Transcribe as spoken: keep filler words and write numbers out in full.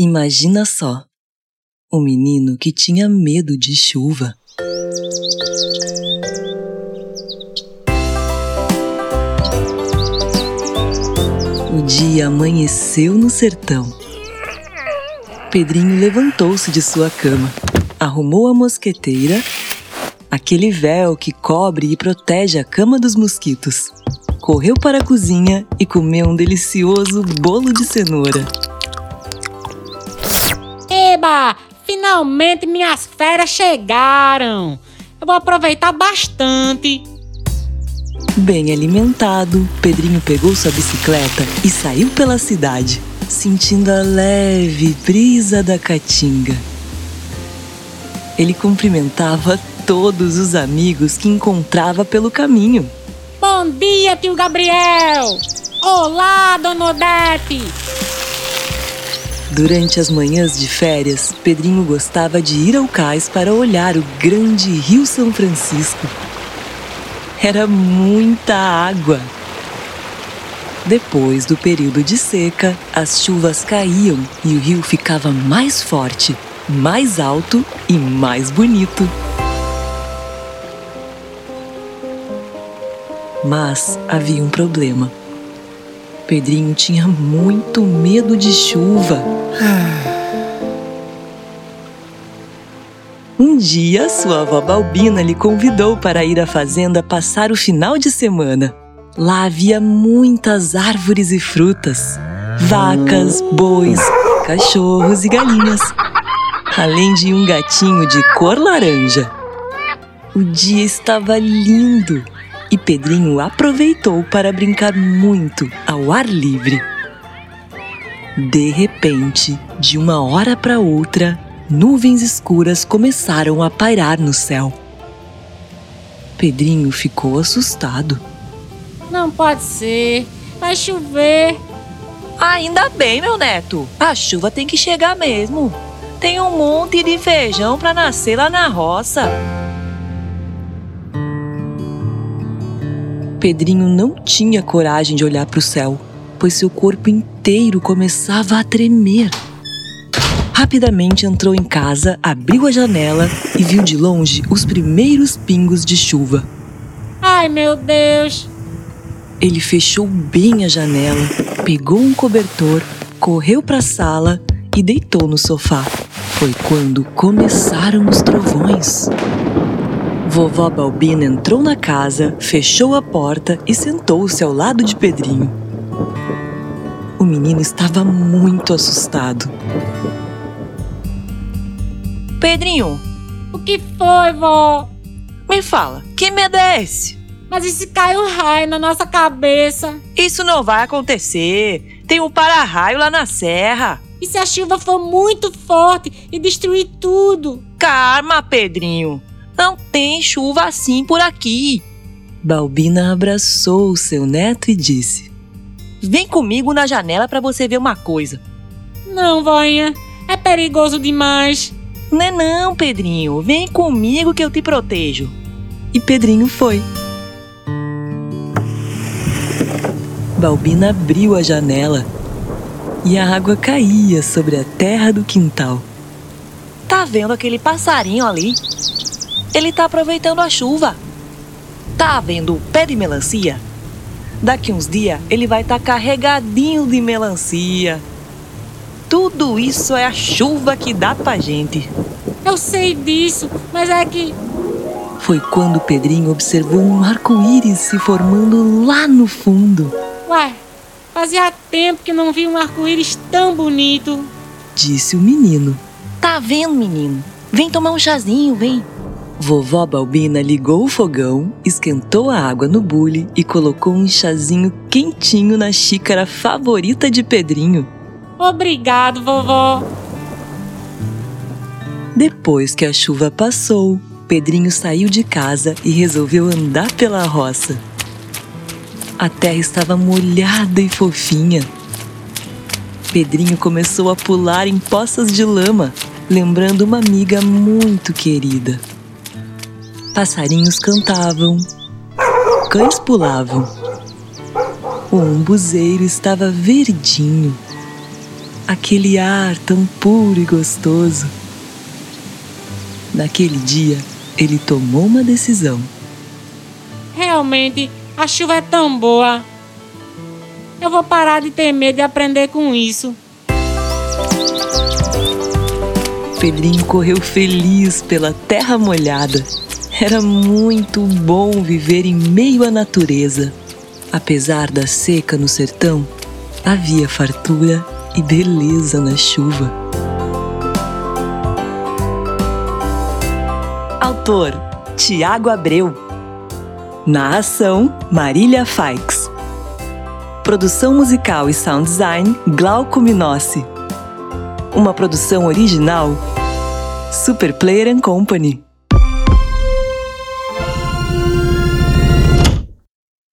Imagina só, um menino que tinha medo de chuva. O dia amanheceu no sertão. Pedrinho levantou-se de sua cama, arrumou a mosqueteira, aquele véu que cobre e protege a cama dos mosquitos. Correu para a cozinha e comeu um delicioso bolo de cenoura. Eba! Finalmente minhas férias chegaram! Eu vou aproveitar bastante! Bem alimentado, Pedrinho pegou sua bicicleta e saiu pela cidade, sentindo a leve brisa da caatinga. Ele cumprimentava todos os amigos que encontrava pelo caminho. Bom dia, tio Gabriel! Olá, dona Odete! Durante as manhãs de férias, Pedrinho gostava de ir ao cais para olhar o grande Rio São Francisco. Era muita água. Depois do período de seca, as chuvas caíam e o rio ficava mais forte, mais alto e mais bonito. Mas havia um problema. Pedrinho tinha muito medo de chuva. Um dia, sua avó Balbina lhe convidou para ir à fazenda passar o final de semana. Lá havia muitas árvores e frutas, vacas, bois, cachorros e galinhas, além de um gatinho de cor laranja. O dia estava lindo e Pedrinho aproveitou para brincar muito ao ar livre. De repente, de uma hora para outra, nuvens escuras começaram a pairar no céu. Pedrinho ficou assustado. Não pode ser, vai chover. Ainda bem, meu neto, a chuva tem que chegar mesmo. Tem um monte de feijão para nascer lá na roça. Pedrinho não tinha coragem de olhar para o céu, pois seu corpo inteiro começava a tremer. Rapidamente entrou em casa, abriu a janela e viu de longe os primeiros pingos de chuva. Ai, meu Deus! Ele fechou bem a janela, pegou um cobertor, correu para a sala e deitou no sofá. Foi quando começaram os trovões. Vovó Balbina entrou na casa, fechou a porta e sentou-se ao lado de Pedrinho. O menino estava muito assustado. Pedrinho, O que foi, vó? me fala, que medo é esse? Mas e se cai um raio na nossa cabeça? Isso não vai acontecer. Tem um para-raio lá na serra. E se a chuva for muito forte e destruir tudo? Calma, Pedrinho. Não tem chuva assim por aqui. Balbina abraçou seu neto e disse: Vem comigo na janela para você ver uma coisa. Não, voinha. É perigoso demais. Não é não, Pedrinho. Vem comigo que eu te protejo. E Pedrinho foi. Balbina abriu a janela e a água caía sobre a terra do quintal. Tá vendo aquele passarinho ali? Ele tá aproveitando a chuva. Tá vendo o pé de melancia? Daqui uns dias ele vai estar carregadinho de melancia. Tudo isso é a chuva que dá pra gente. Eu sei disso, mas é que... Foi quando Pedrinho observou um arco-íris se formando lá no fundo. Ué, fazia tempo que não vi um arco-íris tão bonito. Disse o menino. Tá vendo, menino? Vem tomar um chazinho, vem. Vovó Balbina ligou o fogão, esquentou a água no bule e colocou um chazinho quentinho na xícara favorita de Pedrinho. Obrigado, vovó. Depois que a chuva passou, Pedrinho saiu de casa e resolveu andar pela roça. A terra estava molhada e fofinha. Pedrinho começou a pular em poças de lama, lembrando uma amiga muito querida. Passarinhos cantavam, cães pulavam. O umbuzeiro estava verdinho. aquele ar tão puro e gostoso. Naquele dia, ele tomou uma decisão. Realmente, a chuva é tão boa. Eu vou parar de ter medo e aprender com isso. Pedrinho correu feliz pela terra molhada. Era muito bom viver em meio à natureza. Apesar da seca no sertão, havia fartura e beleza na chuva. Autor: Tiago Abreu. Narração: Marília Faix. Produção musical e sound design: Glauco Minossi. Uma produção original: Super Player and Company.